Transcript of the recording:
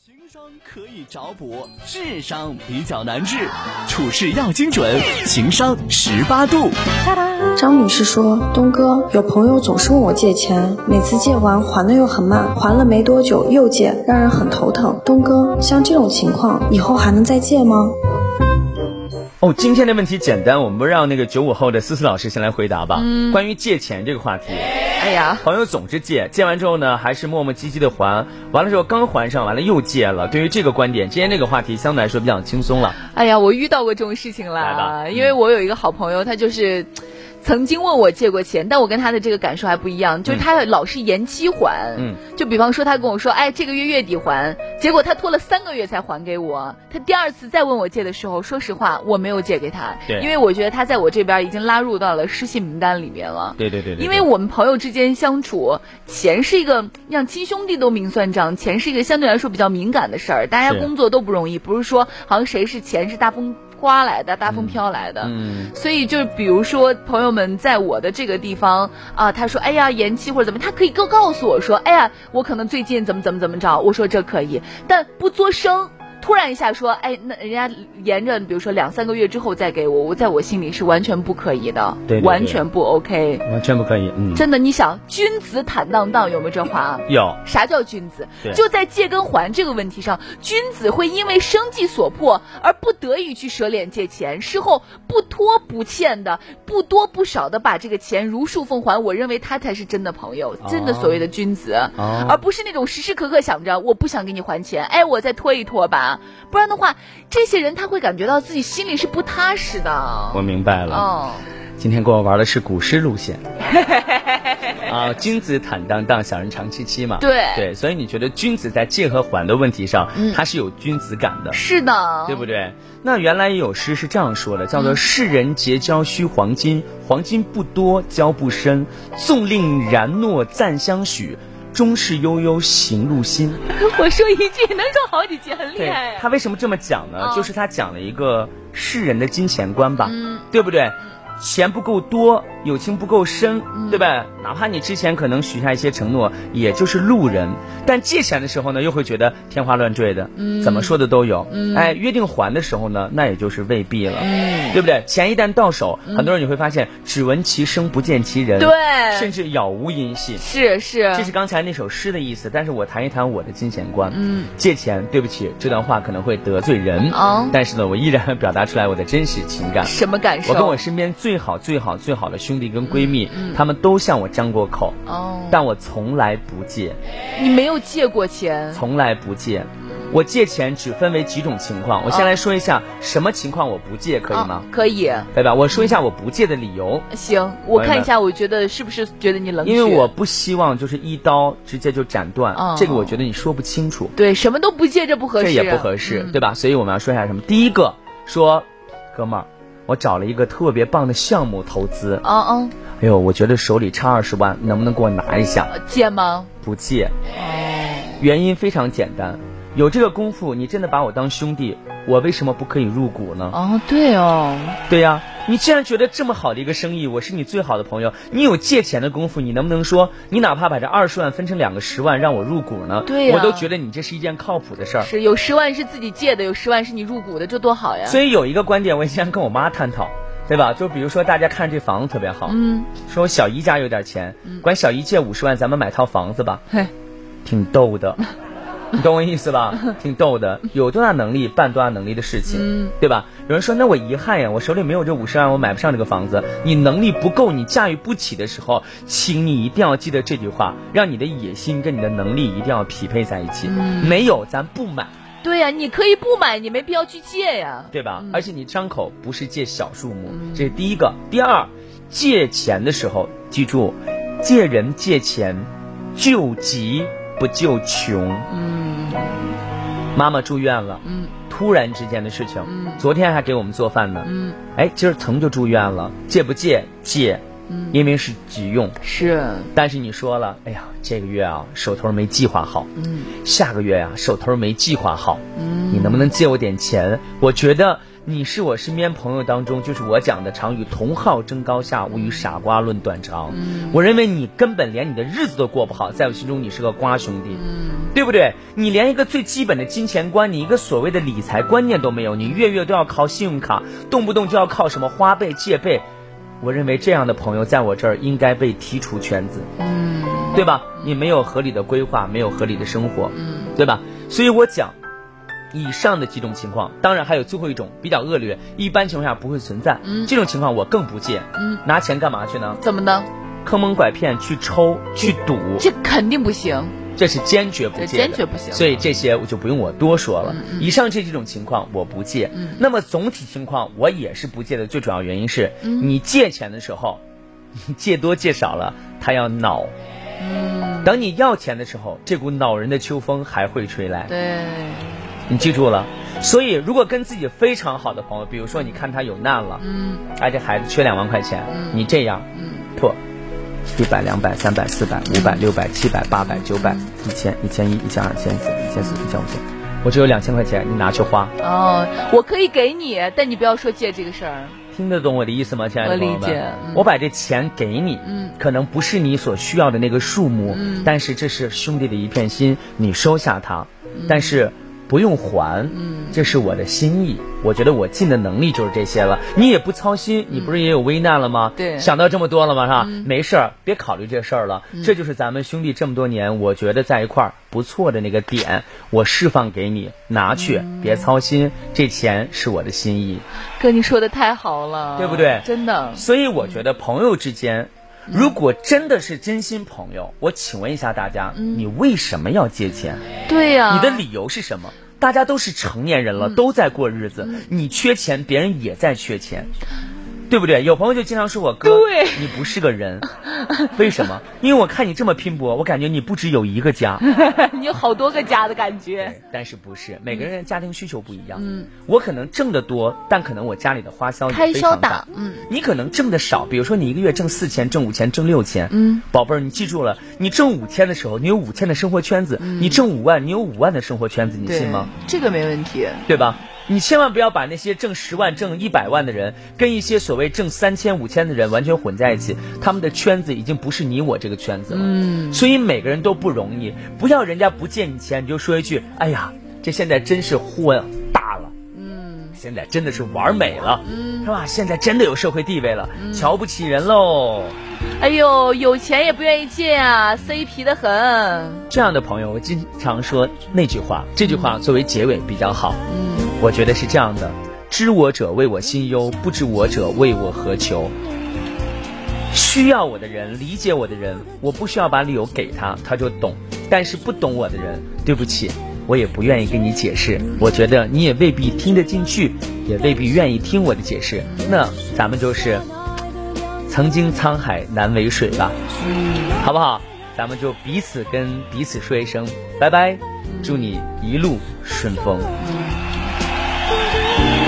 情商可以找补，智商比较难治，处事要精准，情商18度。 张女士说，东哥，有朋友总是问我借钱，每次借完还的又很慢，还了没多久又借，让人很头疼。东哥，像这种情况以后还能再借吗？ 今天的问题简单，我们不让那个95后的思思老师先来回答吧。关于借钱这个话题，朋友总是借完之后呢，还是磨磨唧唧的还，完了之后刚还上，完了又借了。对于这个观点，今天这个话题相对来说比较轻松了。 我遇到过这种事情了，因为我有一个好朋友，他就是曾经问我借过钱，但我跟他的这个感受还不一样，就是他老是延期还。就比方说他跟我说，这个月月底还，结果他拖了3个月才还给我。他第二次再问我借的时候，说实话我没有借给他，因为我觉得他在我这边已经拉入到了失信名单里面了。对，因为我们朋友之间相处，钱是一个让亲兄弟都明算账，钱是一个相对来说比较敏感的事儿，大家工作都不容易，不是说好像谁是钱是大风刮来的，大风飘来的。所以就是比如说朋友们在我的这个地方他说延期或者怎么，他可以告诉我说我可能最近怎么着，我说这可以，但不作声。突然一下说那人家沿着比如说2-3个月之后再给我在我心里是完全不可以的。对，完全不 OK， 完全不可以。 真的，你想君子坦荡荡，有没有这话？有。啥叫君子？就在借跟还这个问题上，君子会因为生计所迫而不得已去舍脸借钱，事后不拖不欠的，不多不少的把这个钱如数奉还。我认为他才是真的朋友，真的所谓的君子，而不是那种时时刻刻想着我不想给你还钱，我再拖一拖吧。不然的话，这些人他会感觉到自己心里是不踏实的。 我明白了。今天跟我玩的是古诗路线君子坦荡荡，小人长戚戚嘛。对，所以你觉得君子在借和还的问题上，他是有君子感的。 是的， 对不对？那原来也有诗是这样说的，叫做世人结交须黄金，黄金不多交不深，纵令然诺暂相许，终是悠悠行路心。 我说一句能说好几句，很厉害。 他为什么这么讲呢？就是他讲了一个世人的金钱观吧，对不对？钱不够多，友情不够深，对吧？哪怕你之前可能许下一些承诺，也就是路人，但借钱的时候呢，又会觉得天花乱坠的，怎么说的都有。约定还的时候呢，那也就是未必了，对不对？钱一旦到手，很多人你会发现只闻其声不见其人， 对， 甚至杳无音信。 是， 这是刚才那首诗的意思。但是我谈一谈我的金钱观。借钱，对不起，这段话可能会得罪人，但是呢，我依然表达出来我的真实情感。 什么感受？ 我跟我身边最好的兄弟跟闺蜜，他们都向我张过口，但我从来不借。 你没有借过钱？ 从来不借。我借钱只分为几种情况，我先来说一下什么情况我不借，可以吗？ 可以， 对吧？我说一下我不借的理由。 行，我看一下，我觉得是不是觉得你冷血？ 因为我不希望就是一刀直接就斩断，这个我觉得你说不清楚。 对，什么都不借，这不合适， 这也不合适，对吧？所以我们要说一下什么？第一个说，哥们儿，我找了一个特别棒的项目投资。我觉得手里差20万，能不能给我拿一下？ 借吗？ 不借。原因非常简单，有这个功夫，你真的把我当兄弟，我为什么不可以入股呢？对呀，你既然觉得这么好的一个生意，我是你最好的朋友，你有借钱的功夫，你能不能说你哪怕把这20万分成2个10万让我入股呢？ 对呀， 我都觉得你这是一件靠谱的事儿。 是，有10万是自己借的，有10万是你入股的，这多好呀。 所以有一个观点我以前跟我妈探讨，对吧？就比如说大家看这房子特别好，说我小姨家有点钱，管小姨借50万，咱们买套房子吧。挺逗的。你懂我意思吧？挺逗的，有多大能力办多大能力的事情，对吧？有人说那我遗憾呀，我手里没有这50万，我买不上这个房子。你能力不够，你驾驭不起的时候，请你一定要记得这句话，让你的野心跟你的能力一定要匹配在一起。没有咱不买。 对呀，你可以不买，你没必要去借呀， 对吧？而且你张口不是借小数目，这是第一个。第二，借钱的时候记住，借人借钱救急不救穷。妈妈住院了，突然之间的事情，昨天还给我们做饭呢，今儿疼就住院了，借不借？借，因为是急用。 是， 但是你说了，这个月啊手头没计划好，下个月啊手头没计划好，你能不能借我点钱？我觉得你是我身边朋友当中，就是我讲的常与同好争高下，无与傻瓜论短长。我认为你根本连你的日子都过不好，在我心中你是个瓜兄弟，对不对？你连一个最基本的金钱观，你一个所谓的理财观念都没有，你月月都要靠信用卡，动不动就要靠什么花呗借呗。我认为这样的朋友在我这儿应该被踢出圈子，对吧？你没有合理的规划，没有合理的生活，对吧？所以我讲以上的几种情况，当然还有最后一种比较恶劣，一般情况下不会存在，这种情况我更不借。拿钱干嘛去呢？ 怎么呢？ 坑蒙拐骗，去抽去赌， 这肯定不行， 这是坚决不借的， 坚决不行。 所以这些我就不用我多说了。以上这几种情况我不借。那么总体情况我也是不借的，最主要原因是你借钱的时候，你借多借少了，他要恼。等你要钱的时候，这股恼人的秋风还会吹来。 对， 你记住了。所以如果跟自己非常好的朋友，比如说你看他有难了，这孩子缺2万块钱，你这样，破100、200、300、400、500、600、700、800、900、1000、1100、1200、1400、1500，我只有2000块钱，你拿去花。 我可以给你，但你不要说借这个事儿。 听得懂我的意思吗，亲爱的朋友们？ 我理解。 我把这钱给你，可能不是你所需要的那个数目，但是这是兄弟的一片心，你收下它，但是不用还，这是我的心意。我觉得我尽的能力就是这些了，你也不操心，你不是也有危难了吗？ 对， 想到这么多了吗？是吧？没事儿，别考虑这事儿了。这就是咱们兄弟这么多年，我觉得在一块儿不错的那个点，我释放给你，拿去，别操心，这钱是我的心意。 哥，你说的太好了， 对不对？ 真的。 所以我觉得朋友之间，如果真的是真心朋友，我请问一下大家，你为什么要借钱？ 对呀， 你的理由是什么？大家都是成年人了，都在过日子，你缺钱，别人也在缺钱，对不对？有朋友就经常说我哥，你不是个人，为什么？因为我看你这么拼搏，我感觉你不只有一个家， 你有好多个家的感觉。 但是不是每个人的家庭需求不一样，我可能挣得多，但可能我家里的花销也非常大，你可能挣得少，比如说你一个月挣4000、挣5000、挣6000，宝贝儿，你记住了，你挣5000的时候，你有5000的生活圈子，你挣5万，你有5万的生活圈子，你信吗？ 这个没问题， 对吧？你千万不要把那些挣10万、挣100万的人跟一些所谓挣3000、5000的人完全混在一起，他们的圈子已经不是你我这个圈子了。所以每个人都不容易，不要人家不借你钱你就说一句，哎呀，这现在真是货大了，现在真的是玩美了，是吧？现在真的有社会地位了，瞧不起人喽。 哎呦，有钱也不愿意借啊 ，CP 的很。 这样的朋友，我经常说那句话，这句话作为结尾比较好。我觉得是这样的：知我者为我心忧，不知我者为我何求。需要我的人，理解我的人，我不需要把理由给他，他就懂。但是不懂我的人，对不起，我也不愿意跟你解释。我觉得你也未必听得进去，也未必愿意听我的解释。那咱们就是曾经沧海难为水吧，好不好？咱们就彼此跟彼此说一声拜拜，祝你一路顺风。